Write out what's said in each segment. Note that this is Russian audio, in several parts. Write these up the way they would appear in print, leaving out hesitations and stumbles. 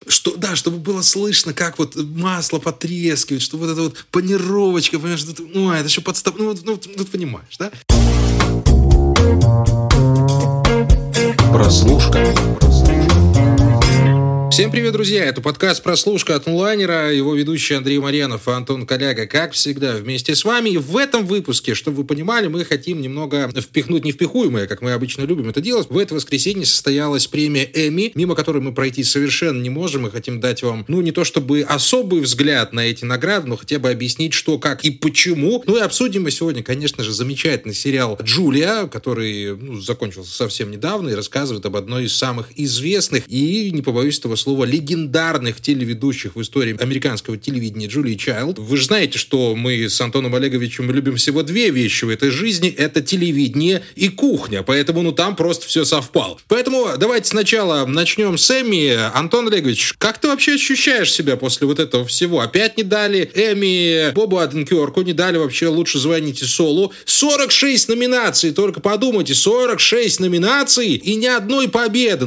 Да, чтобы было слышно, как вот масло потрескивает, что вот эта вот панировочка, понимаешь, это еще подстав... понимаешь, да? Прослушка. Всем привет, друзья! Это подкаст «Прослушка» от онлайнера, его ведущий Андрей Марьянов и Антон Коляга, как всегда, вместе с вами. И в этом выпуске, чтобы вы понимали, мы хотим немного впихнуть невпихуемое, как мы обычно любим это делать. В это воскресенье состоялась премия Эмми, мимо которой мы пройти совершенно не можем. Мы хотим дать вам, не то чтобы особый взгляд на эти награды, но хотя бы объяснить, что, как и почему. И обсудим мы сегодня, конечно же, замечательный сериал «Джулия», который закончился совсем недавно и рассказывает об одной из самых известных и, не побоюсь этого слова, легендарных телеведущих в истории американского телевидения Джулии Чайлд. Вы же знаете, что мы с Антоном Олеговичем любим всего две вещи в этой жизни. Это телевидение и кухня. Поэтому, там просто все совпало. Поэтому давайте сначала начнем с Эмми. Антон Олегович, как ты вообще ощущаешь себя после вот этого всего? Опять не дали Эмми Бобу Оденкёрку, не дали вообще «Лучше звоните Солу». 46 номинаций, только подумайте, 46 номинаций и ни одной победы.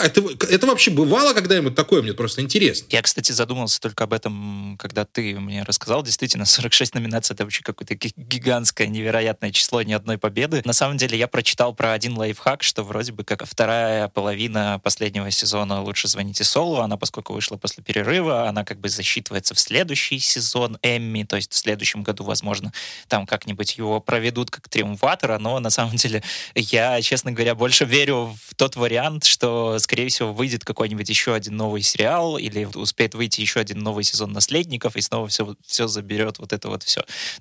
Это вообще бывало когда-нибудь такое? Мне просто интересно. Я, кстати, задумался только об этом, когда ты мне рассказал. Действительно, 46 номинаций — это вообще какое-то гигантское, невероятное число, ни одной победы. На самом деле, я прочитал про один лайфхак, что вроде бы как вторая половина последнего сезона «Лучше звоните Солу», она, поскольку вышла после перерыва, она как бы засчитывается в следующий сезон Эмми, то есть в следующем году, возможно, там как-нибудь его проведут как триумфатора, но на самом деле я, честно говоря, больше верю в тот вариант, что, скорее всего, выйдет какой-нибудь еще один новый сериал, или успеет выйти еще один новый сезон «Наследников», и снова все заберет вот это вот все.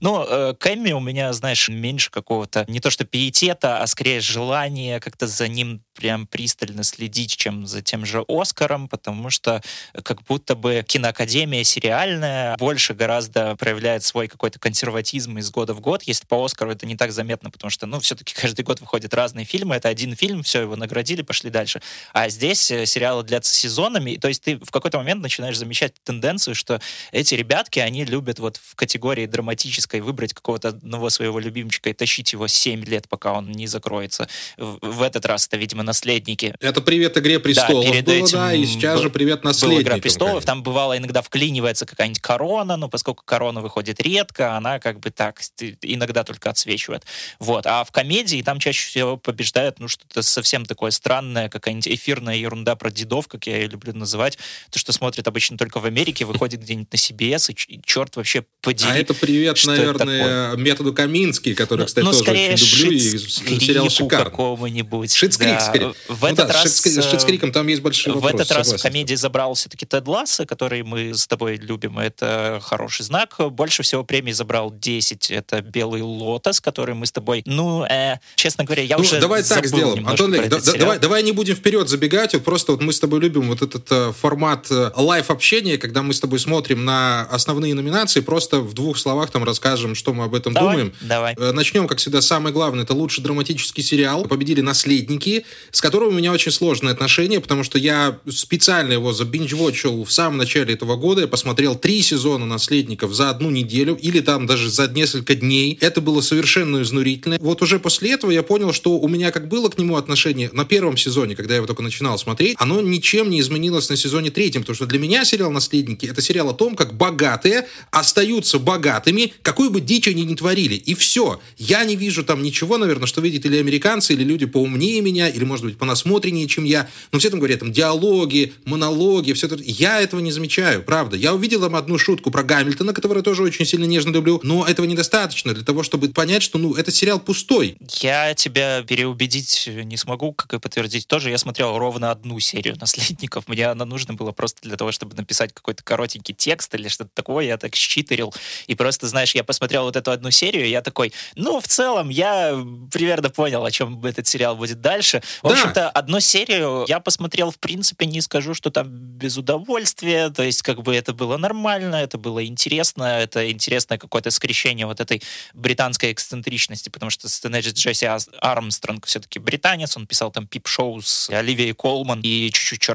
Но к Эмми у меня, знаешь, меньше какого-то, не то что пиетета, а скорее желания как-то за ним прям пристально следить, чем за тем же «Оскаром», потому что как будто бы киноакадемия сериальная больше гораздо проявляет свой какой-то консерватизм из года в год. Если по «Оскару» это не так заметно, потому что, все-таки каждый год выходят разные фильмы, это один фильм, все, его наградили, пошли дальше. А здесь сериалы длятся сезонами, то есть ты в какой-то момент начинаешь замечать тенденцию, что эти ребятки, они любят вот в категории драматической выбрать какого-то одного своего любимчика и тащить его 7 лет, пока он не закроется. В этот раз это, видимо, «Наследники». Это «Привет, Игре престолов» перед было, этим и сейчас же «Привет, наследникам». «Игра престолов», там бывало иногда вклинивается какая-нибудь «Корона», но поскольку «Корона» выходит редко, она как бы так иногда только отсвечивает. Вот. А в комедии там чаще всего побеждает, что-то совсем такое странное, какая-нибудь эфирная ерунда про дедов, как я ее люблю называть, то, что смотрят обычно только в Америке, выходит где-нибудь на CBS, и черт вообще подери. А это привет, наверное, методу Камински, который, кстати, тоже очень люблю, и сериал шикарный. Какому-нибудь. Шитскрик, скорее. В этот раз... С Шитскриком там есть большие вопросы. В этот раз в комедии забрал все-таки Тед Лассо, который мы с тобой любим, это хороший знак. Больше всего премий забрал 10, это «Белый лотос», который мы с тобой, честно говоря, я уже давай забыл так сделаем. Антон, давай не будем вперед забегать, просто мы с тобой любим вот этот формат лайв-общения, когда мы с тобой смотрим на основные номинации, просто в двух словах там расскажем, что мы об этом думаем. Давай. Начнем, как всегда, самое главное, это лучший драматический сериал. Победили «Наследники», с которым у меня очень сложное отношение, потому что я специально его забинж-вотчил в самом начале этого года. Я посмотрел 3 сезона «Наследников» за одну неделю, или там даже за несколько дней. Это было совершенно изнурительно. Вот уже после этого я понял, что у меня как было к нему отношение на первом сезоне, когда я его только начинал смотреть, оно ничем не изменилось на сезоне 3, потому что для меня сериал «Наследники» — это сериал о том, как богатые остаются богатыми, какую бы дичь они ни творили. И все. Я не вижу там ничего, наверное, что видят или американцы, или люди поумнее меня, или, может быть, понасмотреннее, чем я. Но все там говорят, там, диалоги, монологи, все это. Я этого не замечаю, правда. Я увидел там одну шутку про Гамильтона, которую я тоже очень сильно нежно люблю, но этого недостаточно для того, чтобы понять, что, этот сериал пустой. Я тебя переубедить не смогу, как и подтвердить тоже. Я смотрел ровно одну серию «Наследников». Мне она нужна была просто для того, чтобы написать какой-то коротенький текст или что-то такое. Я так считырил. И просто, знаешь, я посмотрел вот эту одну серию, и я такой, в целом, я примерно понял, о чем этот сериал будет дальше. В общем-то, одну серию я посмотрел, в принципе, не скажу, что там без удовольствия. То есть, как бы это было нормально, это было интересно. Это интересное какое-то скрещение вот этой британской эксцентричности, потому что сценарист Джесси Армстронг все-таки британец, он писал там «Пип-шоу» с Оливией Колман и чуть-чуть «Черное зеркало»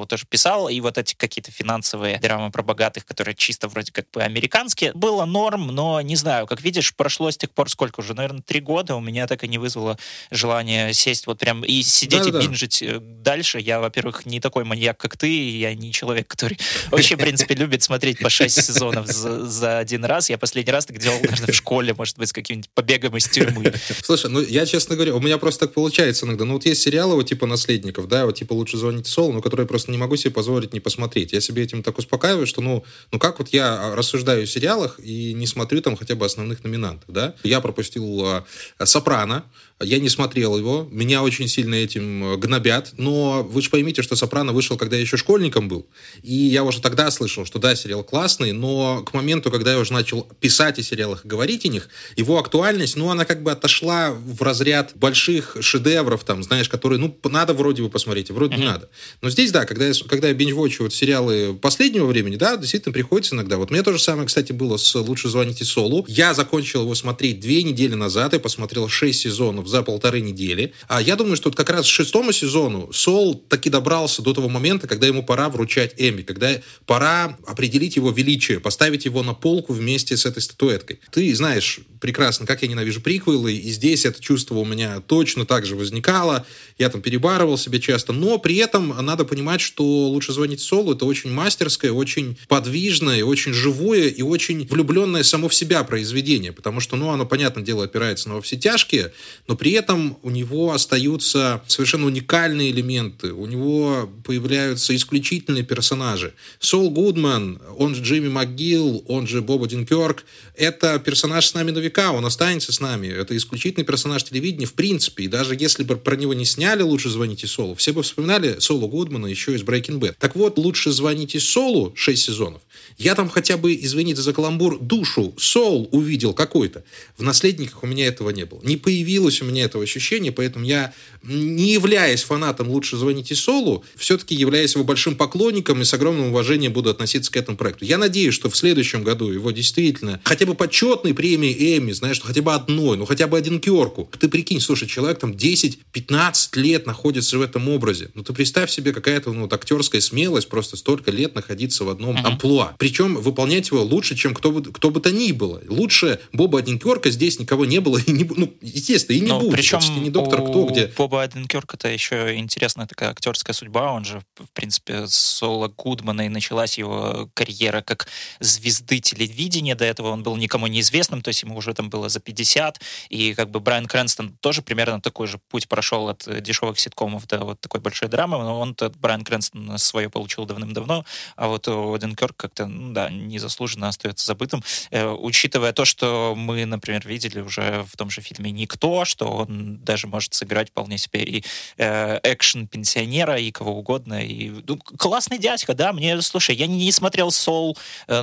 его тоже писал, и вот эти какие-то финансовые драмы про богатых, которые чисто вроде как бы американские, было норм, но не знаю, как видишь, прошло с тех пор сколько уже, наверное, 3 года, у меня так и не вызвало желание сесть вот прям и сидеть и бинжить дальше. Я, во-первых, не такой маньяк, как ты, я не человек, который вообще, в принципе, любит смотреть по 6 сезонов за один раз. Я последний раз так делал, наверное, в школе, может быть, с каким-нибудь побегом из тюрьмы. Слушай, ну я, честно говоря, у меня просто так получается иногда. Ну вот есть сериалы вот типа «Наследников», да, вот типа «Лучше звоните Солу», но которые я просто не могу себе позволить не посмотреть. Я себе этим так успокаиваю, что ну как вот я рассуждаю о сериалах и не смотрю там хотя бы основных номинантов, да. Я пропустил «Сопрано», я не смотрел его, меня очень сильно этим гнобят, но вы же поймите, что «Сопрано» вышел, когда я еще школьником был, и я уже тогда слышал, что да, сериал классный, но к моменту, когда я уже начал писать о сериалах и говорить о них, его актуальность, ну, она как бы отошла в разряд больших шедевров, там, знаешь, которые, ну, надо вроде бы посмотреть, а вроде не надо. Но здесь, да, когда я бинж-вотчу вот сериалы последнего времени, да, действительно приходится иногда. Вот у меня то же самое, кстати, было с «Лучше звоните Солу». Я закончил его смотреть 2 недели назад, я посмотрел 6 сезонов за 1,5 недели. А я думаю, что вот как раз к 6-му сезону Сол таки добрался до того момента, когда ему пора вручать Эмми, когда пора определить его величие, поставить его на полку вместе с этой статуэткой. Ты знаешь прекрасно, как я ненавижу приквелы, и здесь это чувство у меня точно так же возникало. Я там перебарывал себе часто, но при этом надо понимать, что «Лучше звонить Солу» — это очень мастерское, очень подвижное, очень живое и очень влюбленное само в себя произведение, потому что, ну, оно, понятное дело, опирается на «Во все тяжкие», но при этом у него остаются совершенно уникальные элементы, у него появляются исключительные персонажи. Сол Гудман, он же Джимми МcГилл, он же Боб Оденкерк, это персонаж с нами на века, он останется с нами. Это исключительный персонаж телевидения в принципе. И даже если бы про него не сняли «Лучше звоните Солу», все бы вспоминали Солу Гудмана еще из Breaking Bad. Так вот, «Лучше звоните Солу» 6 сезонов. Я там хотя бы, извините за каламбур, душу Сол увидел какой-то. В «Наследниках» у меня этого не было. Не появилось у меня этого ощущения, поэтому я, не являясь фанатом «Лучше звоните Солу», все-таки являюсь его большим поклонником и с огромным уважением буду относиться к этому проекту. Я надеюсь, что в следующем году его действительно хотя бы почетной премии Эмми, знаешь, что хотя бы одной, ну хотя бы Оденкерку. Ты прикинь, слушай, человек там 10-15 лет находится в этом образе. Ну ты представь себе какая-то вот актерская смелость просто столько лет находиться в одном амплуа. Причем выполнять его лучше, чем кто бы то ни было. Лучше Боба Оденкерка здесь никого не было, и не, ну, естественно, и не будет. Причем почти не «Доктор Кто», где... Боба Оденкерка-то еще интересная такая актерская судьба. Он же, в принципе, с Сола Гудмана и началась его карьера как звезды телевидения. До этого он был никому неизвестным, то есть ему уже там было за 50. И как бы Брайан Крэнстон тоже примерно такой же путь прошел от дешевых ситкомов до вот такой большой драмы. Но он-то, Брайан Крэнстон, свое получил давным-давно, а вот Оденкерк как-то, ну, да, незаслуженно остается забытым. Учитывая то, что мы, например, видели уже в том же фильме «Никто», что он даже может сыграть вполне себе и экшен-пенсионера, и кого угодно. И, ну, классный дядька, да, мне, слушай, я не смотрел «Соул»,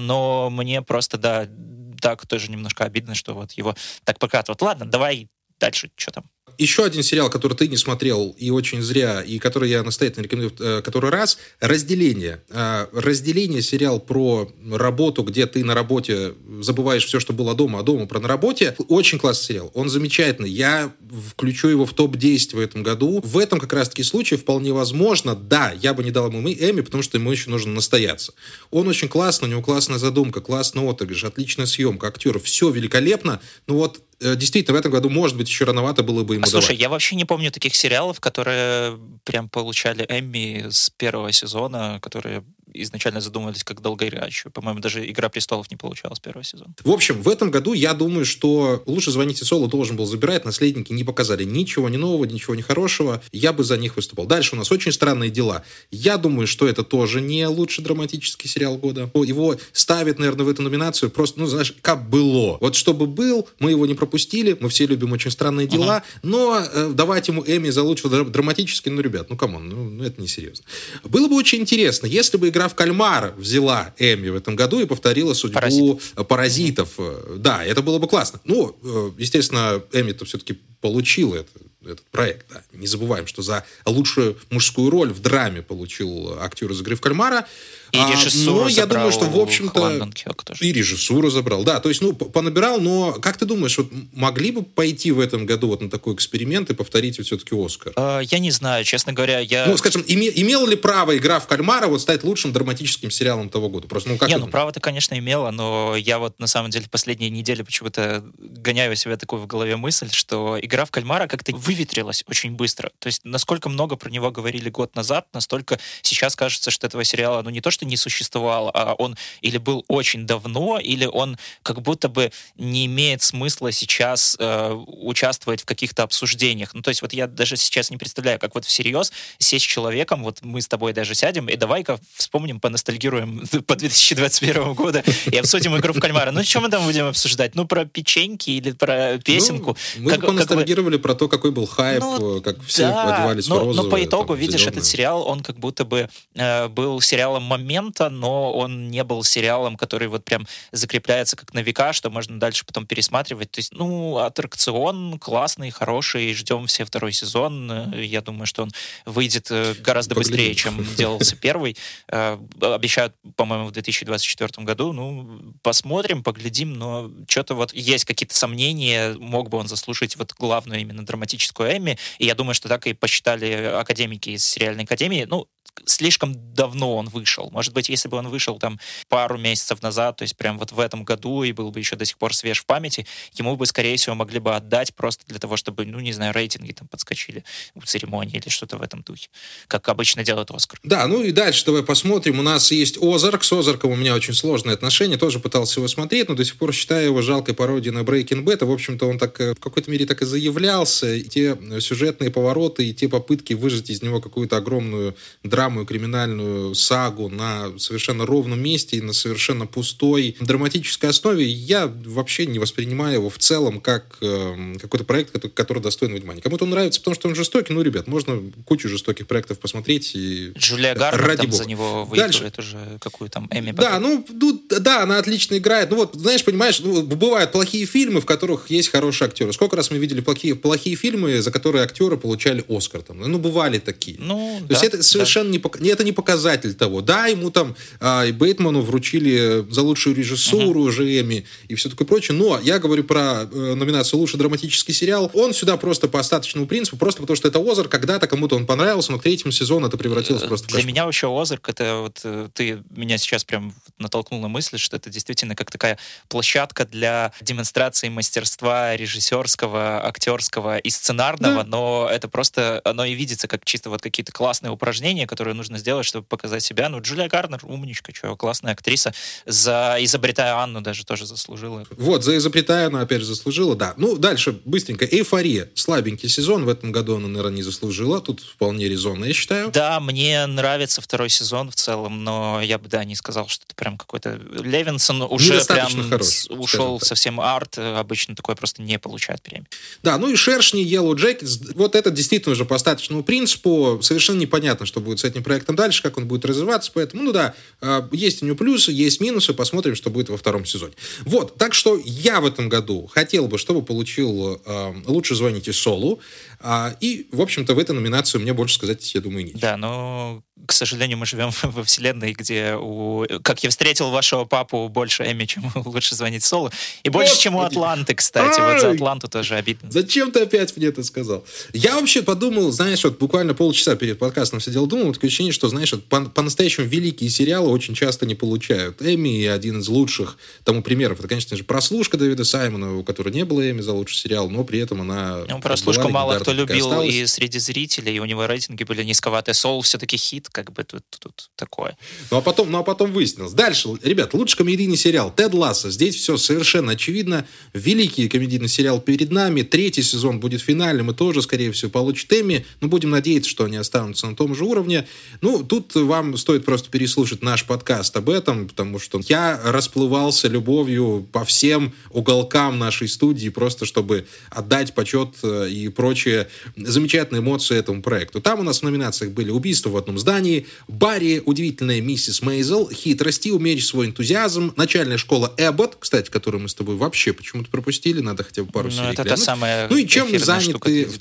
но мне просто, да, так тоже немножко обидно, что вот его так прокатывают. Ладно, давай дальше, что там? Еще один сериал, который ты не смотрел, и очень зря, и который я настоятельно рекомендую который раз, «Разделение». «Разделение» — сериал про работу, где ты на работе забываешь все, что было дома, а дома про на работе. Очень классный сериал, он замечательный. Я включу его в топ-10 в этом году. В этом как раз-таки случае вполне возможно, да, я бы не дал ему Эмми, потому что ему еще нужно настояться. Он очень классный, у него классная задумка, классный отыгрыш, отличная съемка, актеры, все великолепно. Ну вот, действительно, в этом году, может быть, еще рановато было бы ему давать. Слушай, я вообще не помню таких сериалов, которые прям получали Эмми с первого сезона, которые изначально задумывались как долгоиграющие. По-моему, даже «Игра престолов» не получалась с первого сезона. В общем, в этом году я думаю, что «Лучше звоните Солу» должен был забирать. «Наследники» не показали ничего ни нового, ничего ни хорошего. Я бы за них выступал. Дальше у нас «Очень странные дела». Я думаю, что это тоже не лучший драматический сериал года. Его ставят, наверное, в эту номинацию просто, ну, знаешь, как было. Вот чтобы был, мы его не пропустили. Мы все любим «Очень странные дела». Но давать ему Эмми за лучший драматический, ну, ребят, ну, камон, ну, это несерьезно. Было бы очень интересно, если бы «Игра в кальмара» взяла Эмми в этом году и повторила судьбу «Паразитов». Да, это было бы классно. Ну, естественно, Эмми-то все-таки получила это. этот проект. Да. Не забываем, что за лучшую мужскую роль в драме получил актер из «Игры в кальмара». И режиссуру я думаю, что, в общем-то... И режиссуру забрал, да. То есть, понабирал, но как ты думаешь, вот могли бы пойти в этом году вот на такой эксперимент и повторить вот все-таки «Оскар»? Я не знаю, честно говоря, скажем, имела ли право «Игра в кальмара» вот стать лучшим драматическим сериалом того года? Просто, право-то, конечно, имела, но я вот, на самом деле, последние недели почему-то гоняю себя такую в голове мысль, что «Игра в кальмара» как-то выветрилась очень быстро. То есть, насколько много про него говорили год назад, настолько сейчас кажется, что этого сериала, не то, что не существовало, а он или был очень давно, или он как будто бы не имеет смысла сейчас участвовать в каких-то обсуждениях. То есть вот я даже сейчас не представляю, как вот всерьез сесть с человеком, вот мы с тобой даже сядем, и давай-ка вспомним, поностальгируем по 2021 году и обсудим «Игру в кальмара». Что мы там будем обсуждать? Про печеньки или про песенку? Мы поностальгировали про то, какой был хайп, как все одевались в розовое. Но по итогу, видишь, этот сериал, он как будто бы был сериалом момента, но он не был сериалом, который вот прям закрепляется как на века, что можно дальше потом пересматривать. То есть, аттракцион классный, хороший, ждем все второй сезон. Я думаю, что он выйдет гораздо быстрее, чем делался первый. Обещают, по-моему, в 2024 году. Посмотрим, поглядим, но что-то вот есть какие-то сомнения, мог бы он заслужить вот главную именно драматическую Эмми, и я думаю, что так и посчитали академики из сериальной академии. Слишком давно он вышел. Может быть, если бы он вышел там пару месяцев назад, то есть прям вот в этом году и был бы еще до сих пор свеж в памяти, ему бы, скорее всего, могли бы отдать просто для того, чтобы, рейтинги там подскочили у церемонии или что-то в этом духе, как обычно делает «Оскар». Да, и дальше давай посмотрим. У нас есть «Озарк». С «Озарком» у меня очень сложные отношения. Тоже пытался его смотреть, но до сих пор считаю его жалкой пародией на Breaking Bad. В общем-то, он так в какой-то мере так и заявлялся. И те сюжетные повороты, и те попытки выжать из него какую-то огромную драму и криминальную сагу на совершенно ровном месте и на совершенно пустой драматической основе, я вообще не воспринимаю его в целом как какой-то проект, который достоин внимания. Кому-то он нравится, потому что он жестокий. Ребят, можно кучу жестоких проектов посмотреть. И Джулия Гарнер там за него выигрывает уже какую там Эмми. Да, она отлично играет. Понимаешь, бывают плохие фильмы, в которых есть хорошие актеры. Сколько раз мы видели плохие фильмы, за которые актеры получали «Оскар». Бывали такие. То есть это совершенно не показатель того. Да, ему там и Бейтману вручили за лучшую режиссуру уже Эмми и все такое прочее. Но я говорю про номинацию «Лучший драматический сериал». Он сюда просто по остаточному принципу, просто потому что это «Озарк». Когда-то кому-то он понравился, но к третьему сезону это превратилось просто в Для меня вообще «Озарк» — это вот ты меня сейчас прям натолкнул на мысль, что это действительно как такая площадка для демонстрации мастерства режиссерского, актерского и сценарного, но это просто, оно и видится как чисто вот какие-то классные упражнения, которые нужно сделать, чтобы показать себя. Джулия Гарнер умничка, классная актриса. За «Изобретая Анну» даже тоже заслужила. За «Изобретая Анну» опять же заслужила, да. Дальше, быстренько. «Эйфория». Слабенький сезон. В этом году она, наверное, не заслужила. Тут вполне резонно, я считаю. Да, мне нравится второй сезон в целом, но я бы, не сказал, что это прям какой-то... Левинсон уже прям ушел совсем арт. Обычно такое просто не получает премию. Да, и «Шершни», «Yellow Jackets». Вот это действительно уже по остаточному принципу. Совершенно непонятно, что будет с этим проектом дальше, как он будет развиваться. Поэтому, есть у него плюсы, есть минусы. Посмотрим, что будет во втором сезоне. Так что я в этом году хотел бы, чтобы получил «Лучше звоните Солу». И, в общем-то, в этой номинации мне больше сказать, я думаю, нечего. Да, но, к сожалению, мы живем во вселенной, где «Как я встретил вашего папу» больше Эмми, чем «Лучше звонить Солу». И больше, чем у «Атланты», кстати. За «Атланту» тоже обидно. Зачем ты опять мне это сказал? Я вообще подумал, буквально полчаса перед подкастом сидел, думал, такое ощущение, что, по-настоящему великие сериалы очень часто не получают Эмми, и один из лучших тому примеров, это, конечно же, «Прослушка» Дэвида Саймона, у которой не было Эмми за лучший сериал, но при этом она... «Прослушку» мало кто любил и среди зрителей, и у него рейтинги были низковатые. «Соул» все-таки хит, тут такое. А потом выяснилось. Дальше, ребят, лучший комедийный сериал «Тед Лассо». Здесь все совершенно очевидно. Великий комедийный сериал перед нами. Третий сезон будет финальным и тоже, скорее всего, получит Эмми. Но будем надеяться, что они останутся на том же уровне. Тут вам стоит просто переслушать наш подкаст об этом, потому что я расплывался любовью по всем уголкам нашей студии, просто чтобы отдать почет и прочие замечательные эмоции этому проекту. Там у нас в номинациях были «Убийство в одном здании», «Барри», «Удивительная миссис Мейзел», «Хитрости», «Умерить свой энтузиазм», «Начальная школа Эббот», кстати, которую мы с тобой вообще почему-то пропустили, надо хотя бы пару серий глянуть. Это та самая и «Чем мы заняты в тени».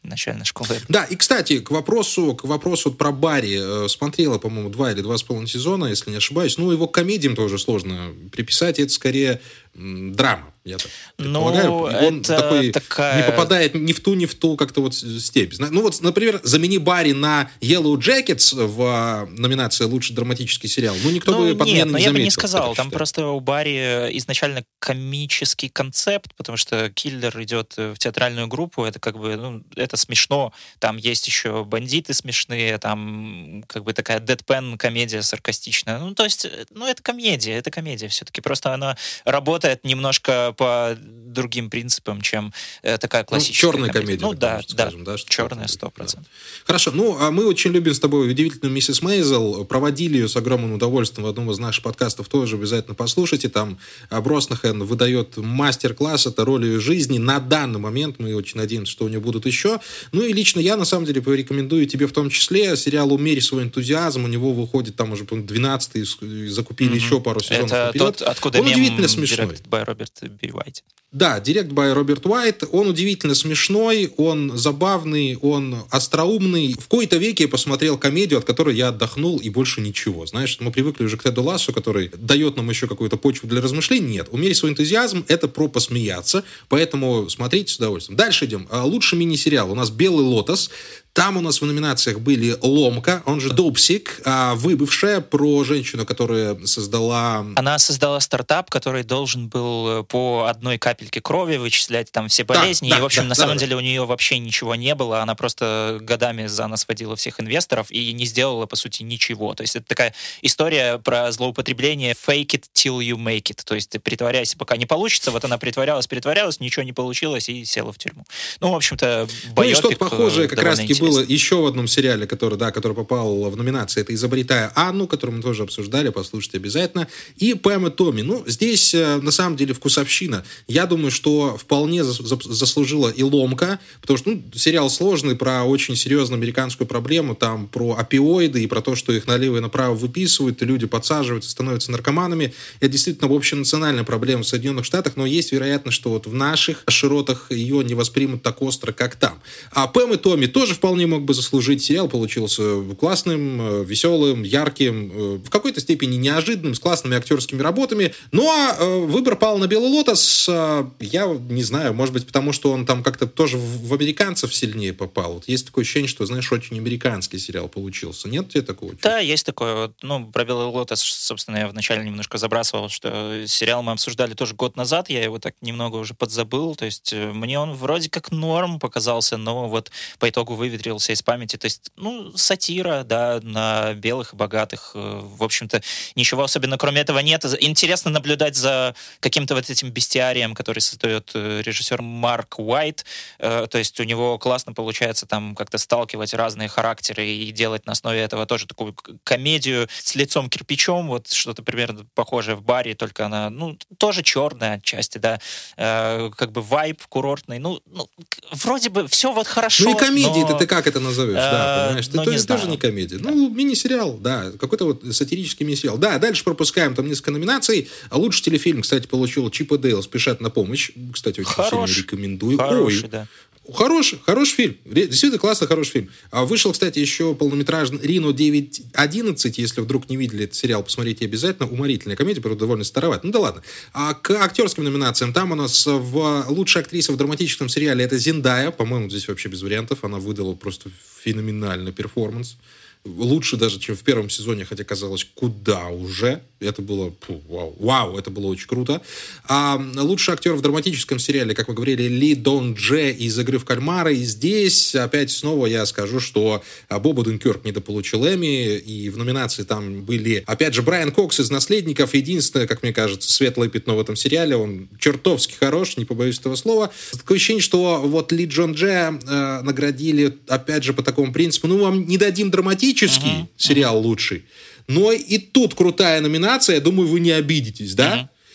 начальной школы. Да, и, кстати, к вопросу про Барри. Смотрела, по-моему, 2 или 2,5 сезона, если не ошибаюсь. Ну, его к комедиям тоже сложно приписать. Это скорее драма, я так предполагаю. Он такой не попадает ни в ту как-то вот степь. Ну, вот, например, замени Барри на Yellow Jackets в номинации «Лучший драматический сериал». Ну, никто бы подмены не заметил. Нет, я бы не сказал. Там просто у Барри изначально комический концепт, потому что киллер идет в театральную группу, это как бы, ну, это смешно. Там есть еще бандиты смешные, там как бы такая дэдпен комедия саркастичная. Ну, то есть, ну, это комедия все-таки. Просто она работает немножко по другим принципам, чем такая классическая черная комедия. Ну, да, скажем, да, черная 100%. Да. Хорошо, ну, а мы очень любим с тобой удивительную миссис Мейзел, проводили ее с огромным удовольствием в одном из наших подкастов, тоже обязательно послушайте, там Броснахан выдает мастер-класс, это роль ее жизни, на данный момент мы очень надеемся, что у нее будут еще, ну и лично я, на самом деле, порекомендую тебе в том числе сериал «Умерь свой энтузиазм», у него выходит там уже, по-моему, 12-й, закупили еще пару сезонов это наперед. Тот, откуда он мем удивительно смешной. Direct by Robert B. White. Да, Direct by Роберт Уайт. Он удивительно смешной, он забавный, он остроумный. В кои-то веке я посмотрел комедию, от которой я отдохнул, и больше ничего. Знаешь, мы привыкли уже к Теду Лассо, который дает нам еще какую-то почву для размышлений. Нет, «Умерь свой энтузиазм» — это про посмеяться, поэтому смотрите с удовольствием. Дальше идем. Лучший мини-сериал. У нас «Белый лотос». Там у нас в номинациях были «Ломка», он же «Допсик», выбывшая, про женщину, которая создала... Она создала стартап, который должен был по одной капельке крови вычислять там все болезни. И, в общем, на самом деле у нее вообще ничего не было. Она просто годами за нос водила всех инвесторов и не сделала, по сути, ничего. То есть это такая история про злоупотребление «fake it till you make it». То есть ты притворяйся, пока не получится. Вот она притворялась, ничего не получилось и села в тюрьму. Ну, в общем-то, байопик. Ну и что-то похожее как раз-таки было интересно. еще в одном сериале, который попал в номинации. Это «Изобретая Анну», который мы тоже обсуждали, послушайте обязательно. И Пэм и Томми. Ну, здесь, на самом деле, вкусовщина. Я думаю, что вполне заслужила и «Ломка», потому что сериал сложный, про очень серьезную американскую проблему, там про опиоиды и про то, что их налево и направо выписывают, и люди подсаживаются, становятся наркоманами. Это действительно общенациональная проблема в Соединенных Штатах, но есть вероятность, что вот в наших широтах ее не воспримут так остро, как там. А Пэм и Томми тоже вполне мог бы заслужить. Сериал получился классным, веселым, ярким, в какой-то степени неожиданным, с классными актерскими работами. Ну, а выбор пал на «Белый лотос». Я не знаю, может быть, потому что он там как-то тоже в американцев сильнее попал. Вот есть такое ощущение, что, знаешь, очень американский сериал получился. Нет у тебя такого? Да, есть такое. Ну, про «Белый лотос», собственно, я вначале немножко забрасывал, что сериал мы обсуждали тоже год назад, я его так немного уже подзабыл. То есть мне он вроде как норм показался, но вот по итогу выветрился из памяти. То есть, ну, сатира, да, на белых и богатых. В общем-то, ничего особенно кроме этого нет. Интересно наблюдать за каким-то вот этим бестиарием, который создает режиссер Марк Уайт. То есть у него классно получается там как-то сталкивать разные характеры и делать на основе этого тоже такую комедию с лицом кирпичом, вот что-то примерно похожее в «Барри», только она, ну, тоже черная отчасти, да, как бы вайб курортный, ну, вроде бы все вот хорошо. Ну и комедии ты как это назовешь? Да, понимаешь, ты тоже не комедия. Да. Ну, мини-сериал, да, какой-то вот сатирический мини-сериал. Да, дальше пропускаем там несколько номинаций. А лучший телефильм, кстати, получил «Чип и Дейл спешат на помощь». Кстати, очень сильно рекомендую. Хороший, да. Хороший фильм. Действительно классный, хороший фильм. Вышел, кстати, еще полнометражный «Рино 9.11». Если вдруг не видели этот сериал, посмотрите обязательно. Уморительная комедия, правда, довольно староват. Ну да ладно. А к актерским номинациям. Там у нас в лучшей актрисе в драматическом сериале это Зендая. По-моему, здесь вообще без вариантов. Она выдала просто феноменальный перформанс. Лучше даже, чем в первом сезоне, хотя казалось, куда уже. Это было вау, это было очень круто. А лучший актер в драматическом сериале, как мы говорили, Ли Дон Дже из «Игры в кальмара». И здесь опять снова я скажу, что Боб Оденкёрк недополучил Эмми, и в номинации там были, опять же, Брайан Кокс из «Наследников». Единственное, как мне кажется, светлое пятно в этом сериале. Он чертовски хорош, не побоюсь этого слова. Такое ощущение, что вот Ли Дон Дже наградили, опять же, по такому принципу. Ну, вам не дадим драматический сериал лучший. Но и тут крутая номинация, я думаю, вы не обидитесь, да?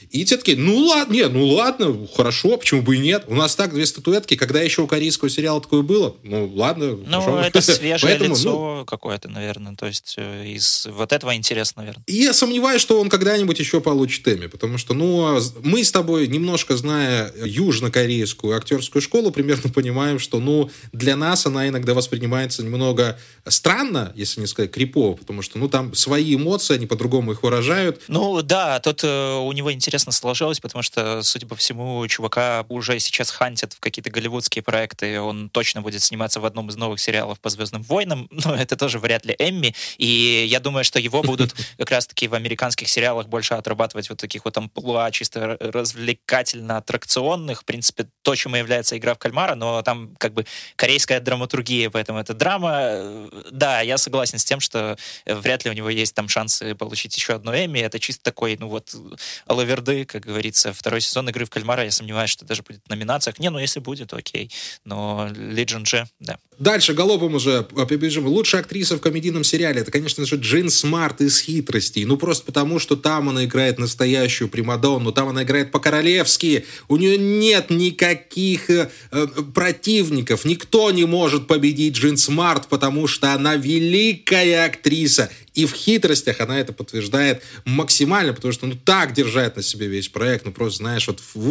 И те такие, ну ладно, хорошо, почему бы и нет. У нас так 2 статуэтки, когда еще у корейского сериала такое было, ну ладно. Ну, хорошо. это свежее Поэтому, лицо какое-то, наверное. То есть из вот этого интересно, наверное. И я сомневаюсь, что он когда-нибудь еще получит Эмми, потому что, мы с тобой, немножко зная южнокорейскую актерскую школу, примерно понимаем, что, для нас она иногда воспринимается немного странно, если не сказать крипово, потому что, там свои эмоции, они по-другому их выражают. Ну, да, тут у него интересно сложилось, потому что, судя по всему, чувака уже сейчас хантят в какие-то голливудские проекты, он точно будет сниматься в одном из новых сериалов по «Звездным войнам», но это тоже вряд ли Эмми, и я думаю, что его будут как раз-таки в американских сериалах больше отрабатывать вот таких вот амплуа, чисто развлекательно-аттракционных, в принципе, то, чем и является «Игра в кальмара», но там как бы корейская драматургия, поэтому это драма. Да, я согласен с тем, что вряд ли у него есть там шансы получить еще одно Эмми, это чисто такой, алаверды, как говорится, 2-й сезон «Игры в кальмара», я сомневаюсь, что даже будет в номинациях. Если будет, окей, но Ли Джун Чжэ, да. Дальше галопом уже побежим. Лучшая актриса в комедийном сериале — это, конечно же, Джин Смарт из «Хитростей». Просто потому, что там она играет настоящую примадонну, там она играет по-королевски. У нее нет никаких противников. Никто не может победить Джин Смарт, потому что она великая актриса. И в «Хитростях» она это подтверждает максимально, потому что так держать на себе весь проект, просто, знаешь,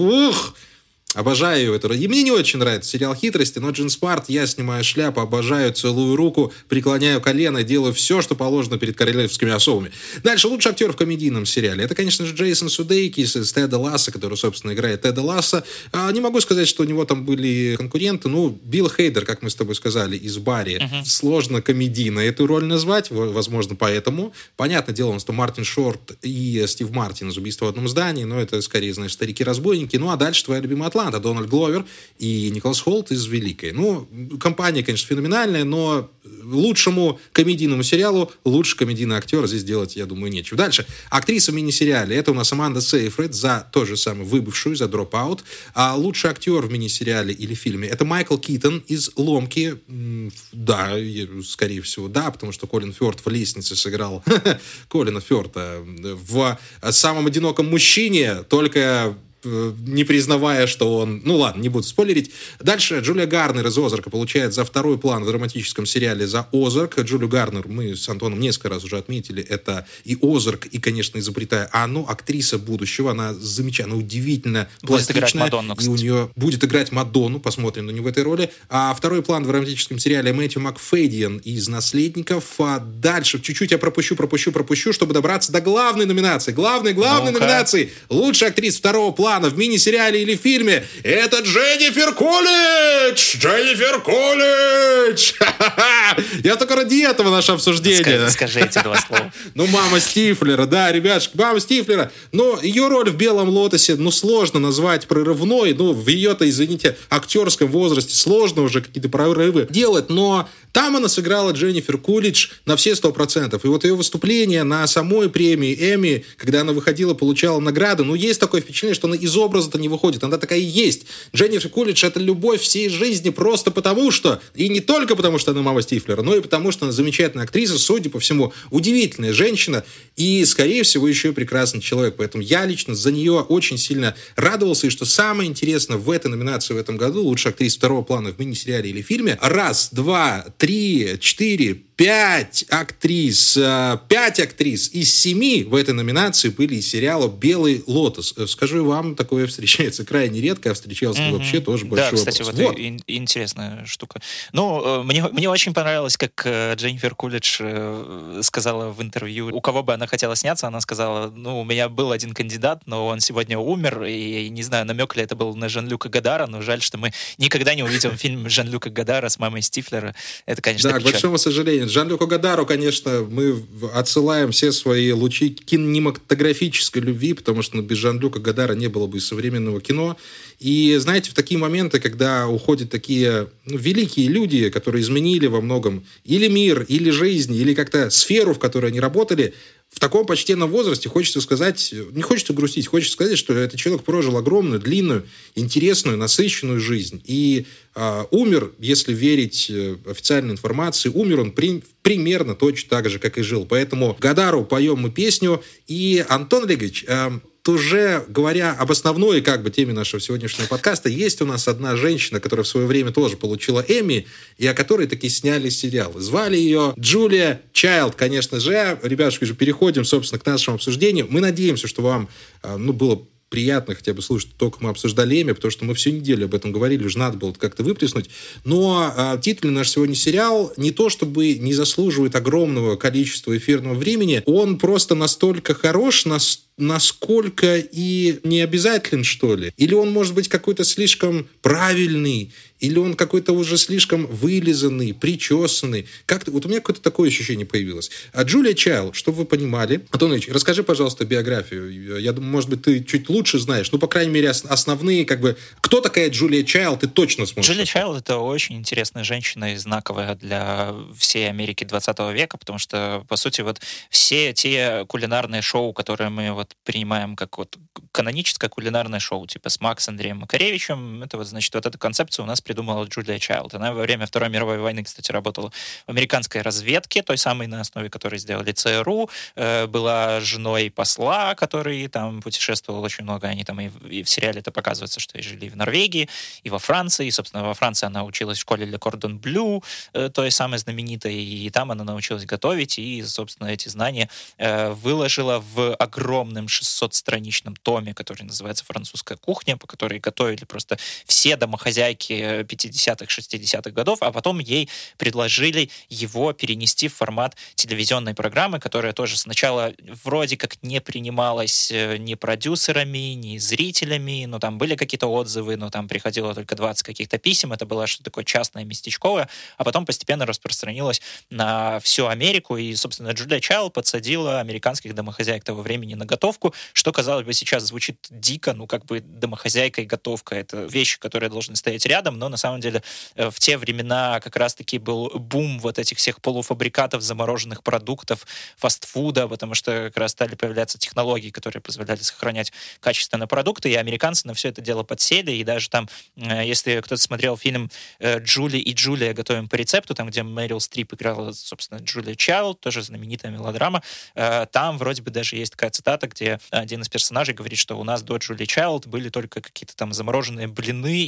обожаю это. И мне не очень нравится сериал «Хитрости», но Джин Смарт, я снимаю шляпу, обожаю, целую руку, преклоняю колено, делаю все, что положено перед королевскими особами. Дальше, лучший актер в комедийном сериале. Это, конечно же, Джейсон Судейкис из «Теда Ласса», который, собственно, играет Теда Ласса. Не могу сказать, что у него там были конкуренты. Билл Хейдер, как мы с тобой сказали, из «Барри». Сложно комедийно эту роль назвать, возможно, поэтому. Понятное дело, что Мартин Шорт и Стив Мартин из «Убийства в одном здании», но это, скорее, знаешь, старики-разбойники. А дальше твоя любимая Атланта, Дональд Гловер и Николас Холт из «Великой». Компания, конечно, феноменальная, но лучшему комедийному сериалу лучший комедийный актер здесь делать, я думаю, нечего. Дальше. Актриса в мини-сериале. Это у нас Аманда Сейфрид за то же самое «Выбывшую», за «Dropout». А лучший актер в мини-сериале или фильме — это Майкл Китон из «Ломки». Да, скорее всего, да, потому что Колин Фёрд в «Лестнице» сыграл Колина Фёрда в «Самом одиноком мужчине», только не признавая, что он... ладно, не буду спойлерить. Дальше Джулия Гарнер из «Озарка» получает за второй план в драматическом сериале за «Озарк». Джулию Гарнер мы с Антоном несколько раз уже отметили. Это и «Озарк», и, конечно, «Изобретая». Актриса будущего. Она замечательно, удивительно пластичная. Мадонну, и у нее будет играть Мадонну. Посмотрим на нее в этой роли. А второй план в драматическом сериале Мэтью Макфейдиан из «Наследников». А дальше чуть-чуть я пропущу, чтобы добраться до главной номинации. Главной номинации. Лучшая актриса второго плана в мини-сериале или фильме — это Дженнифер Коллидж! Я только ради этого наше обсуждение. Скажи эти 2 слова. Мама Стифлера, да, ребятушки, мама Стифлера. Но ее роль в «Белом лотосе», сложно назвать прорывной. В ее-то, извините, актерском возрасте сложно уже какие-то прорывы делать, но там она сыграла Дженнифер Коллидж на все 100%. И ее выступление на самой премии Эмми, когда она выходила, получала награды, есть такое впечатление, что она из образа-то не выходит. Она такая и есть. Дженнифер Коллидж — это любовь всей жизни просто потому, что... И не только потому, что она мама Стифлера, но и потому, что она замечательная актриса, судя по всему, удивительная женщина и, скорее всего, еще и прекрасный человек. Поэтому я лично за нее очень сильно радовался. И что самое интересное в этой номинации в этом году, лучшая актриса второго плана в мини-сериале или фильме, 1, 2, 3, 4, 5 актрис из 7 в этой номинации были из сериала «Белый лотос». Скажу вам, такое встречается крайне редко, а встречалось вообще тоже большой вопрос. Да, кстати, вот интересная штука. Мне очень понравилось, как Дженнифер Коллидж сказала в интервью, у кого бы она хотела сняться. Она сказала, у меня был один кандидат, но он сегодня умер, и не знаю, намек ли это был на Жан-Люка Годара, но жаль, что мы никогда не увидим фильм Жан-Люка Годара с мамой Стифлера. Это, конечно, да, к большому сожалению. Жан-Люку Гадару, конечно, мы отсылаем все свои лучи кинематографической любви, потому что без Жан-Люка Гадара не было бы и современного кино. И, знаете, в такие моменты, когда уходят такие великие люди, которые изменили во многом или мир, или жизнь, или как-то сферу, в которой они работали, в таком почтенном возрасте хочется сказать, не хочется грустить, хочется сказать, что этот человек прожил огромную, длинную, интересную, насыщенную жизнь. И умер, если верить официальной информации, умер он примерно точно так же, как и жил. Поэтому Гадару поем мы песню. И, Антон Олегович, уже говоря об основной как бы теме нашего сегодняшнего подкаста, есть у нас одна женщина, которая в свое время тоже получила Эмми, и о которой таки сняли сериал. Звали ее Джулия Чайлд, конечно же. Ребятушки, же переходим, собственно, к нашему обсуждению. Мы надеемся, что вам было приятно хотя бы слушать, только мы обсуждали Эмми, потому что мы всю неделю об этом говорили, уже надо было как-то выплеснуть. Но титульный наш сегодня сериал не то чтобы не заслуживает огромного количества эфирного времени, он просто настолько хорош, насколько и не обязателен, что ли. Или он может быть какой-то слишком правильный, или он какой-то уже слишком вылизанный, причесанный. Как-то, вот у меня какое-то такое ощущение появилось. А Джулия Чайлд, чтобы вы понимали... Антон Ильич, расскажи, пожалуйста, биографию. Я думаю, может быть, ты чуть лучше знаешь. Ну, по крайней мере, основные, как бы... Кто такая Джулия Чайлд, ты точно сможешь. Джулия Чайлд — это очень интересная женщина и знаковая для всей Америки 20 века, потому что, по сути, вот все те кулинарные шоу, которые мы вот принимаем как вот каноническое кулинарное шоу, типа «Смак» с Андреем Макаревичем, это вот, значит, вот эту концепцию у нас придумала Джулия Чайлд. Она во время Второй мировой войны, кстати, работала в американской разведке, той самой, на основе которой сделали ЦРУ, была женой посла, который там путешествовал очень много, они там и в сериале это показывается, что и жили в Норвегии, и во Франции, и, собственно, во Франции она училась в школе Le Cordon Bleu, той самой знаменитой, и там она научилась готовить, и, собственно, эти знания выложила в огромном 600-страничном томе, который называется «Французская кухня», по которой готовили просто все домохозяйки 50-х, 60-х годов, а потом ей предложили его перенести в формат телевизионной программы, которая тоже сначала вроде как не принималась ни продюсерами, ни зрителями, но там были какие-то отзывы, но там приходило только 20 каких-то писем, это было что-то такое частное, местечковое, а потом постепенно распространилось на всю Америку, и, собственно, Джулия Чайлд подсадила американских домохозяек того времени на готовку, что, казалось бы, сейчас звучит дико, ну, как бы домохозяйка и готовка — это вещи, которые должны стоять рядом, но на самом деле в те времена как раз-таки был бум вот этих всех полуфабрикатов, замороженных продуктов, фастфуда, потому что как раз стали появляться технологии, которые позволяли сохранять качественные продукты, и американцы на все это дело подсели, и даже там, если кто-то смотрел фильм «Джули и Джулия. Готовим по рецепту», там, где Мэрил Стрип играла, собственно, Джулия Чайлд, тоже знаменитая мелодрама, там вроде бы даже есть такая цитата, где один из персонажей говорит, что у нас до Джулии Чайлд были только какие-то там замороженные блины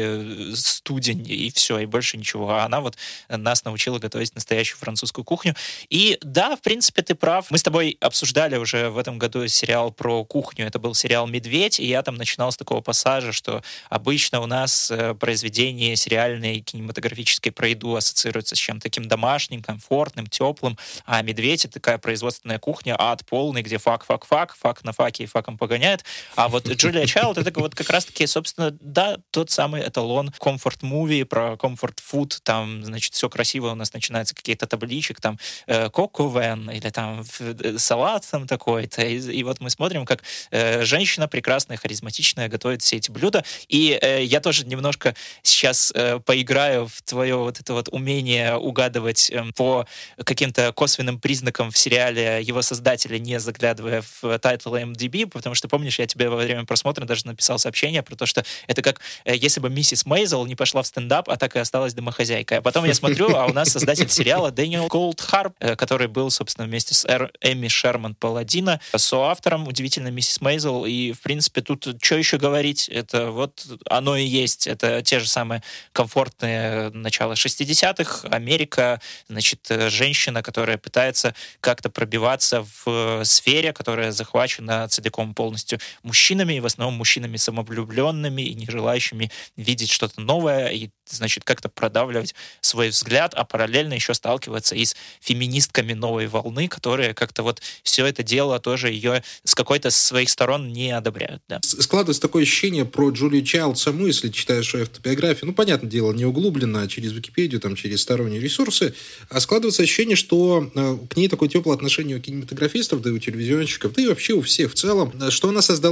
и студень, и все, и больше ничего. А она вот нас научила готовить настоящую французскую кухню. И да, в принципе, ты прав. Мы с тобой обсуждали уже в этом году сериал про кухню. Это был сериал «Медведь», и я там начинал с такого пассажа, что обычно у нас произведения сериальные, кинематографические про еду ассоциируются с чем-то таким домашним, комфортным, теплым, а «Медведь» — это такая производственная кухня, ад полный, где фак на факе и факом погоняет. А вот Джулия Чайлд — это вот как раз-таки, собственно, да, тот самый эталон комфорт-муви, про комфорт-фуд, там, значит, все красиво, у нас начинаются какие-то табличек, там, коко-вен, или там салат там такой-то, и вот мы смотрим, как женщина прекрасная, харизматичная готовит все эти блюда, и я тоже немножко сейчас поиграю в твое вот это вот умение угадывать по каким-то косвенным признакам в сериале его создателя, не заглядывая в тайтл IMDb, потому что, помнишь, я тебе во время просмотра даже написал сообщение про то, что это как если бы миссис Мейзел не пошла в стендап, а так и осталась домохозяйкой. А потом я смотрю, а у нас создатель сериала Дэниел Голдхарп, который был, собственно, вместе с Эми Шерман Паладино соавтором «Удивительной миссис Мейзел». И, в принципе, тут что еще говорить? Это вот оно и есть. Это те же самые комфортные начала 60-х. Америка, значит, женщина, которая пытается как-то пробиваться в сфере, которая захвачена целиком полностью мужчинами, и в основном мужчинами самовлюбленными и не желающими видеть что-то новое, и, значит, как-то продавливать свой взгляд, а параллельно еще сталкиваться и с феминистками новой волны, которые как-то вот все это дело тоже ее с какой-то своих сторон не одобряют. Да. Складывается такое ощущение про Джулию Чайлд саму, если читаешь ее автобиографию, ну, понятное дело, не углубленно, а через Википедию, там, через сторонние ресурсы, а складывается ощущение, что к ней такое теплое отношение у кинематографистов, да и у телевизионщиков, да и вообще у всех в целом, что она создала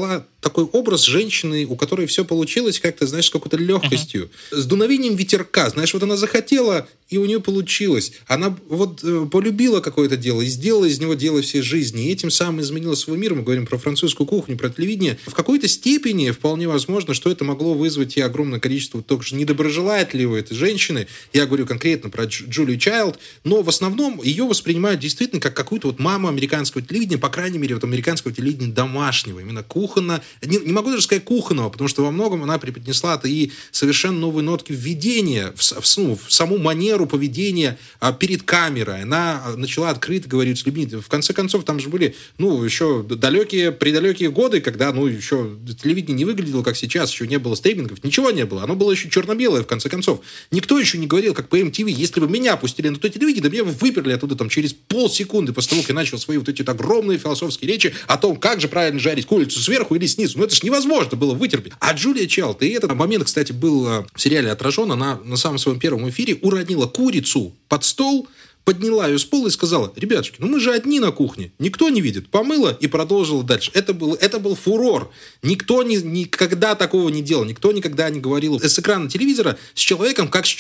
такой образ женщины, у которой все получилось как-то, знаешь, с какой-то легкостью, с дуновением ветерка. Знаешь, вот она захотела, и у нее получилось. Она вот полюбила какое-то дело и сделала из него дело всей жизни. И этим самым изменила свой мир. Мы говорим про французскую кухню, про телевидение. В какой-то степени вполне возможно, что это могло вызвать и огромное количество только же недоброжелательной этой женщины. Я говорю конкретно про Джулию Чайлд. Но в основном ее воспринимают действительно как какую-то вот маму американского телевидения, по крайней мере, вот американского телевидения домашнего, именно кухонного. Не могу даже сказать кухонного, потому что во многом она преподнесла и совершенно новые нотки введения в саму манеру поведения перед камерой. Она начала открыто говорить с людьми. В конце концов, там же были, еще предалекие годы, когда, еще телевидение не выглядело, как сейчас, еще не было стримингов, ничего не было. Оно было еще черно-белое, в конце концов. Никто еще не говорил, как по MTV, если бы меня пустили на то телевидение, да меня бы выперли оттуда там через полсекунды после того, как я начал свои вот эти вот огромные философские речи о том, как же правильно жарить курицу сверху или снизу. Это же невозможно было вытерпеть. А Джулия Чайлд, и этот момент, кстати, был в сериале отражен, она на самом своем первом эфире уронила курицу под стол, подняла ее с пола и сказала: ребятушки, мы же одни на кухне, никто не видит. Помыла и продолжила дальше. Это был фурор. Никто никогда такого не делал. Никто никогда не говорил с экрана телевизора с человеком как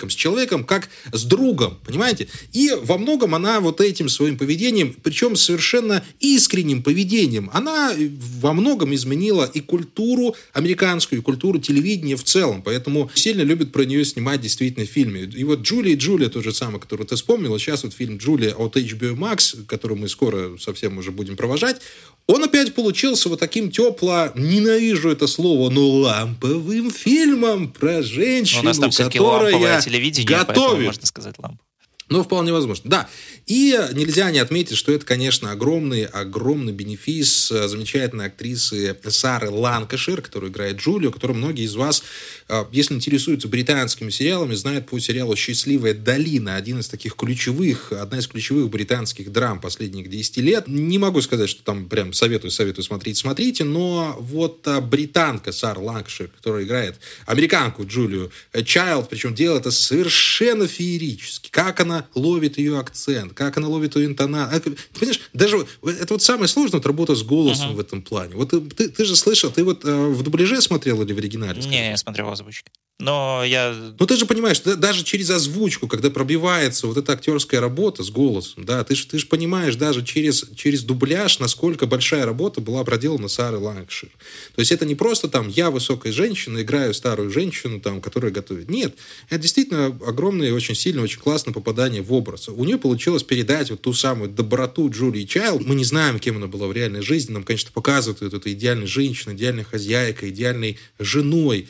с другом. Понимаете? И во многом она вот этим своим поведением, причем совершенно искренним поведением, она во многом изменила и культуру американскую, и культуру телевидения в целом. Поэтому сильно любят про нее снимать действительно фильмы. И вот Джулия, то же самое, которую ты вспомнила, сейчас вот фильм «Джулия» от HBO Max, который мы скоро совсем уже будем провожать, он опять получился вот таким ненавижу это слово, но ламповым фильмом про женщину, у нас там все-таки ламповое телевидение, поэтому можно сказать ламповое. Вполне возможно, да. И нельзя не отметить, что это, конечно, огромный бенефис замечательной актрисы Сары Ланкашир, которая играет Джулию, которую многие из вас, если интересуются британскими сериалами, знают по сериалу «Счастливая долина», одна из ключевых британских драм последних 10 лет. Не могу сказать, что там прям советую смотрите, но вот британка Сара Ланкашир, которая играет американку Джулию Чайлд, причем делает это совершенно феерически. Как она ловит ее акцент, как она ловит ее интонацию. Ты понимаешь, даже это вот самое сложное, работа с голосом в этом плане. Вот ты же слышал, ты вот в дубляже смотрел или в оригинале? Не, я смотрел озвучки. Но ты же понимаешь, даже через озвучку, когда пробивается вот эта актерская работа с голосом, да, ты же понимаешь даже через дубляж, насколько большая работа была проделана Сарой Ланкашир. То есть это не просто там я высокая женщина, играю старую женщину, там, которая готовит. Нет, это действительно огромное, очень сильное, очень классное попадание в образ. У нее получилось передать вот ту самую доброту Джулии Чайлд. Мы не знаем, кем она была в реальной жизни. Нам, конечно, показывают эту идеальной женщиной, идеальной хозяйкой, идеальной женой.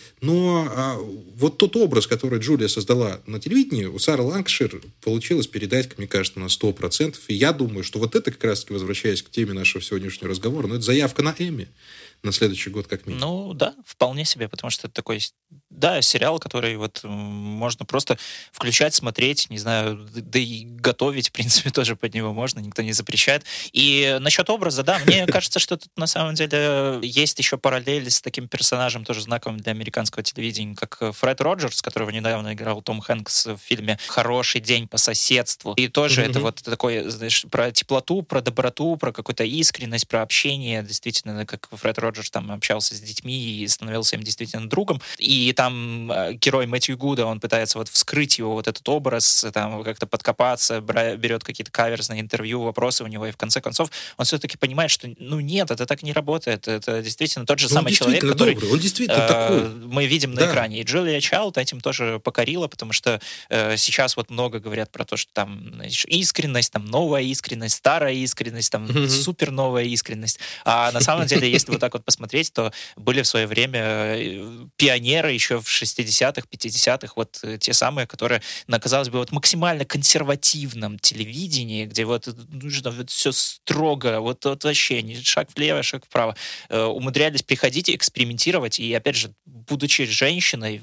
Но вот тот образ, который Джулия создала на телевидении, у Сары Ланкашир получилось передать, мне кажется, на 100%. И я думаю, что вот это как раз-таки, возвращаясь к теме нашего сегодняшнего разговора, это заявка на Эмми на следующий год как минимум. Да, вполне себе, потому что это такой, сериал, который вот можно просто включать, смотреть, не знаю, да и готовить, в принципе, тоже под него можно, никто не запрещает. И насчет образа, мне кажется, что тут на самом деле есть еще параллель с таким персонажем, тоже знаковым для американского телевидения, как Фред Роджерс, которого недавно играл Том Хэнкс в фильме «Хороший день по соседству». И тоже это вот такой, знаешь, про теплоту, про доброту, про какую-то искренность, про общение, действительно, как Фред Роджерс там общался с детьми и становился им действительно другом. И там герой Мэтью Гуда, он пытается вот вскрыть его вот этот образ, там как-то подкопаться, берет какие-то каверзные интервью, вопросы у него, и в конце концов он все-таки понимает, что нет, это так не работает. Это действительно тот же самый человек, который он действительно такой. Мы видим на экране. И Джулия Чайлд этим тоже покорила, потому что сейчас вот много говорят про то, что там, знаешь, искренность, там новая искренность, старая искренность, там супер новая искренность. А на самом деле, если вот так вот посмотреть, то были в свое время пионеры еще в 60-х, 50-х, вот те самые, которые на, казалось бы, вот максимально консервативном телевидении, где вот нужно вот все строго, вот вообще не шаг влево, шаг вправо, умудрялись приходить и экспериментировать, и опять же, будучи женщиной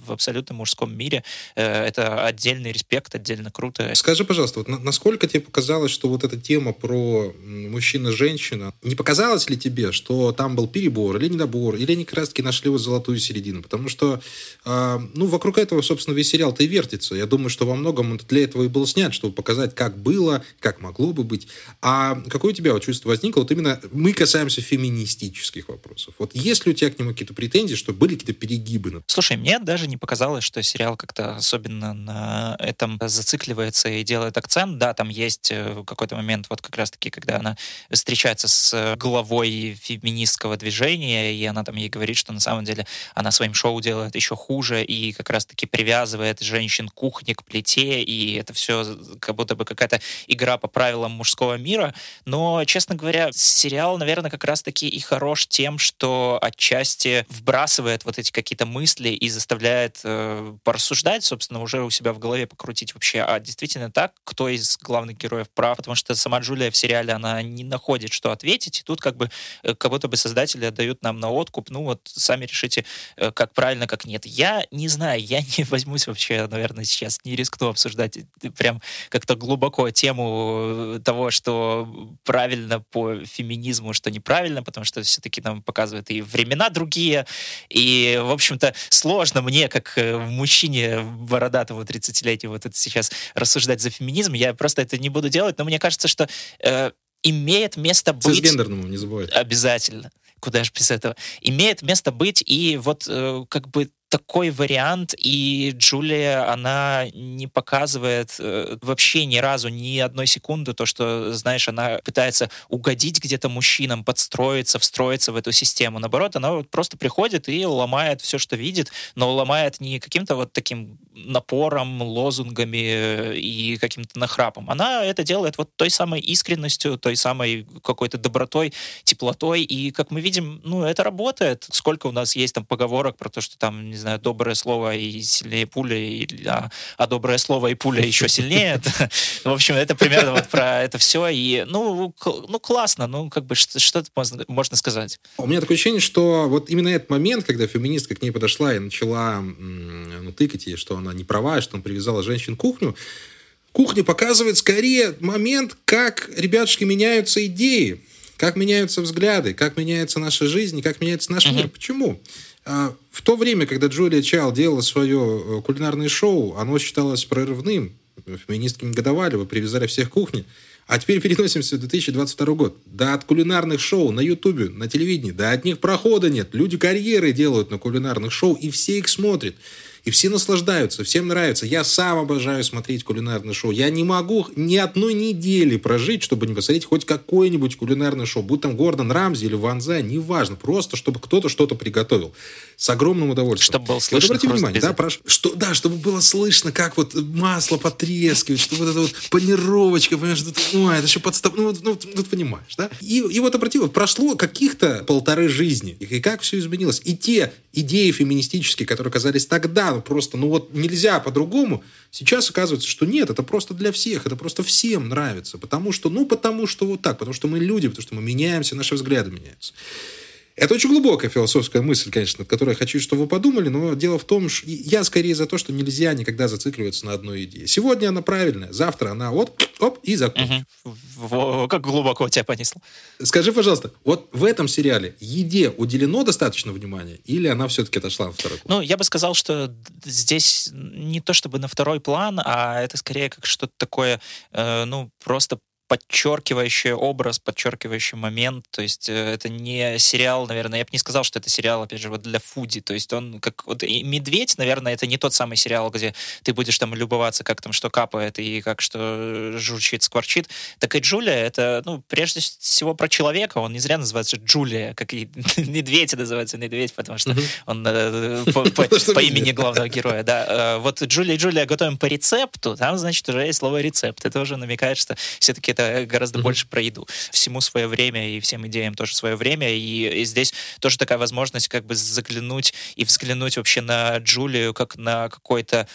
в абсолютно мужском мире. Это отдельный респект, отдельно круто. Скажи, пожалуйста, вот насколько тебе показалось, что вот эта тема про мужчина-женщина, не показалось ли тебе, что там был перебор или недобор, или они как раз-таки нашли вот золотую середину? Потому что, вокруг этого, собственно, весь сериал-то и вертится. Я думаю, что во многом он для этого и был снят, чтобы показать, как было, как могло бы быть. А какое у тебя вот чувство возникло? Вот именно мы касаемся феминистических вопросов. Вот есть ли у тебя к нему какие-то претензии, что были какие-то перегибы? Слушай, мне даже не показалось, что сериал как-то особенно на этом зацикливается и делает акцент. Да, там есть какой-то момент, вот как раз-таки, когда она встречается с главой феминистского движения, и она там ей говорит, что на самом деле она своим шоу делает еще хуже и как раз-таки привязывает женщин к кухне, к плите, и это все как будто бы какая-то игра по правилам мужского мира. Но, честно говоря, сериал, наверное, как раз-таки и хорош тем, что отчасти вбрасывает вот эти какие-то мысли и заставляет порассуждать, собственно, уже у себя в голове покрутить вообще, а действительно так, кто из главных героев прав, потому что сама Джулия в сериале, она не находит, что ответить, и тут как будто бы создатели отдают нам на откуп, ну вот сами решите, как правильно, как нет. Я не знаю, я не возьмусь вообще, наверное, сейчас не рискну обсуждать прям как-то глубоко тему того, что правильно по феминизму, что неправильно, потому что все-таки нам показывают и времена другие, и, в общем-то, сложно мне, как мужчине бородатому 30-летнему, вот это сейчас рассуждать за феминизм, я просто это не буду делать, но мне кажется, что имеет место быть... Цисгендерному, не забывайте. Обязательно. Куда же без этого? Имеет место быть, и вот как бы такой вариант, и Джулия, она не показывает вообще ни разу, ни одной секунды то, что, знаешь, она пытается угодить где-то мужчинам, подстроиться, встроиться в эту систему. Наоборот, она вот просто приходит и ломает все, что видит, но ломает не каким-то вот таким напором, лозунгами и каким-то нахрапом. Она это делает вот той самой искренностью, той самой какой-то добротой, теплотой, и, как мы видим, это работает. Сколько у нас есть там поговорок про то, что там, не знаю, доброе слово и сильнее пули, а доброе слово и пуля еще сильнее. В общем, это примерно вот про это все. И, классно, как бы что можно сказать. У меня такое ощущение, что вот именно этот момент, когда феминистка к ней подошла и начала тыкать ей, что она не права, что она привязала женщин к кухня показывает скорее момент, как, ребятушки, меняются идеи, как меняются взгляды, как меняется наша жизнь, как меняется наш мир. Почему? В то время, когда Джулия Чайлд делала свое кулинарное шоу, оно считалось прорывным. Феминистки негодовали, вы привязали всех к кухне. А теперь переносимся в 2022 год. Да от кулинарных шоу на Ютубе, на телевидении, да от них прохода нет. Люди карьеры делают на кулинарных шоу, и все их смотрят. И все наслаждаются, всем нравится. Я сам обожаю смотреть кулинарное шоу. Я не могу ни одной недели прожить, чтобы не посмотреть хоть какое-нибудь кулинарное шоу. Будь там Гордон Рамзи или Ван Цзай, неважно. Просто, чтобы кто-то что-то приготовил. С огромным удовольствием. Чтобы было слышно. Вот обратите внимание, чтобы было слышно, как вот масло потрескивает, что вот эта вот панировочка, понимаешь, это еще подстав... понимаешь, да? И вот прошло каких-то 1,5 жизни. И как все изменилось. И те идеи феминистические, которые казались тогда, просто, нельзя по-другому, сейчас оказывается, что нет, это просто для всех, это просто всем нравится. Потому что вот так, потому что мы люди, потому что мы меняемся, наши взгляды меняются. Это очень глубокая философская мысль, конечно, над которой я хочу, чтобы вы подумали, но дело в том, что я скорее за то, что нельзя никогда зацикливаться на одной идее. Сегодня она правильная, завтра она и закончена. Как глубоко тебя понесло. Скажи, пожалуйста, вот в этом сериале еде уделено достаточно внимания, или она все-таки отошла на второй план? Я бы сказал, что здесь не то чтобы на второй план, а это скорее как что-то такое, просто подчеркивающий образ, подчеркивающий момент. То есть это не сериал, наверное, я бы не сказал, что это сериал, опять же, вот для фуди. То есть он как... Вот и «Медведь», наверное, это не тот самый сериал, где ты будешь там любоваться, как там что капает и как что журчит, скворчит. Так и Джулия, это, прежде всего про человека. Он не зря называется Джулия, как и медведь называется медведь, потому что он по имени главного героя. Да. Вот Джулия готовим по рецепту, там, значит, уже есть слово «рецепт». Это уже намекает, что все-таки это это гораздо больше про еду. Всему свое время и всем идеям тоже свое время, и здесь тоже такая возможность как бы заглянуть и взглянуть вообще на Джулию как на какой-то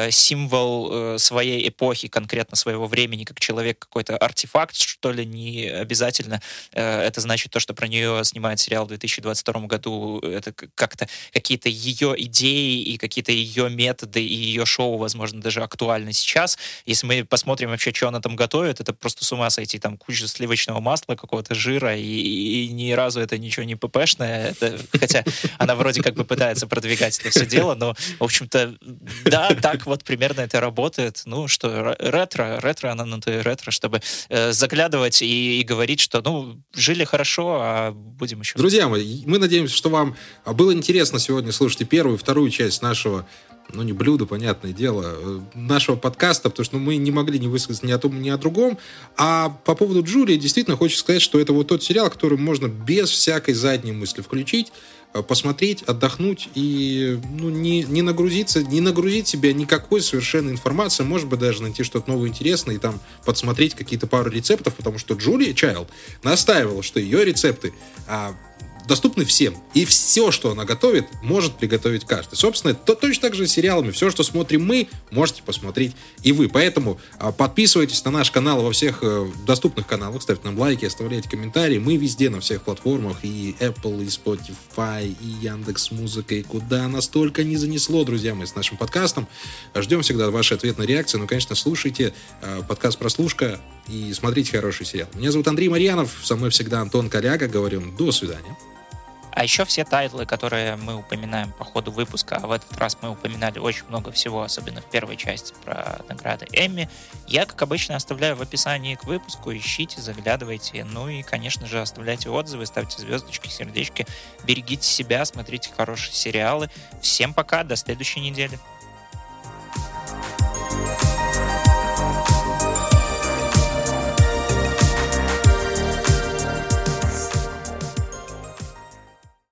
символ своей эпохи, конкретно своего времени, как человек, какой-то артефакт, что ли, не обязательно. Это значит то, что про нее снимает сериал в 2022 году, это как-то какие-то ее идеи и какие-то ее методы и ее шоу, возможно, даже актуальны сейчас. Если мы посмотрим вообще, что она там готовит, это просто с ума сойти. Там куча сливочного масла, какого-то жира, и ни разу это ничего не ППшное. Хотя она вроде как бы пытается продвигать это все дело, но, в общем-то, да, так вот примерно это работает. Ну, что ретро, она на то и ретро, чтобы заглядывать и говорить, что, ну, жили хорошо, а будем еще... Друзья мои, мы надеемся, что вам было интересно сегодня слушать и первую, и вторую часть нашего, ну, не блюда, понятное дело, нашего подкаста, потому что мы не могли не высказать ни о том, ни о другом. А по поводу Джулии действительно хочется сказать, что это вот тот сериал, который можно без всякой задней мысли включить, посмотреть, отдохнуть и не нагрузить себя никакой совершенно информацией, может быть, даже найти что-то новое интересное и там подсмотреть какие-то пару рецептов, потому что Джулия Чайлд настаивала, что ее рецепты доступны всем. И все, что она готовит, может приготовить каждый. Собственно, точно так же с сериалами. Все, что смотрим мы, можете посмотреть и вы. Поэтому подписывайтесь на наш канал во всех доступных каналах, ставьте нам лайки, оставляйте комментарии. Мы везде на всех платформах. И Apple, и Spotify, и Яндекс.Музыка, и куда нас только не занесло, друзья мои, с нашим подкастом. Ждем всегда ваши ответные реакции. Ну, конечно, слушайте подкаст «Прослушка» и смотрите хороший сериал. Меня зовут Андрей Марьянов. Со мной всегда Антон Коляга. Говорим до свидания. А еще все тайтлы, которые мы упоминаем по ходу выпуска, а в этот раз мы упоминали очень много всего, особенно в первой части про награды Эмми, я, как обычно, оставляю в описании к выпуску. Ищите, заглядывайте. Ну и, конечно же, оставляйте отзывы, ставьте звездочки, сердечки. Берегите себя, смотрите хорошие сериалы. Всем пока, до следующей недели.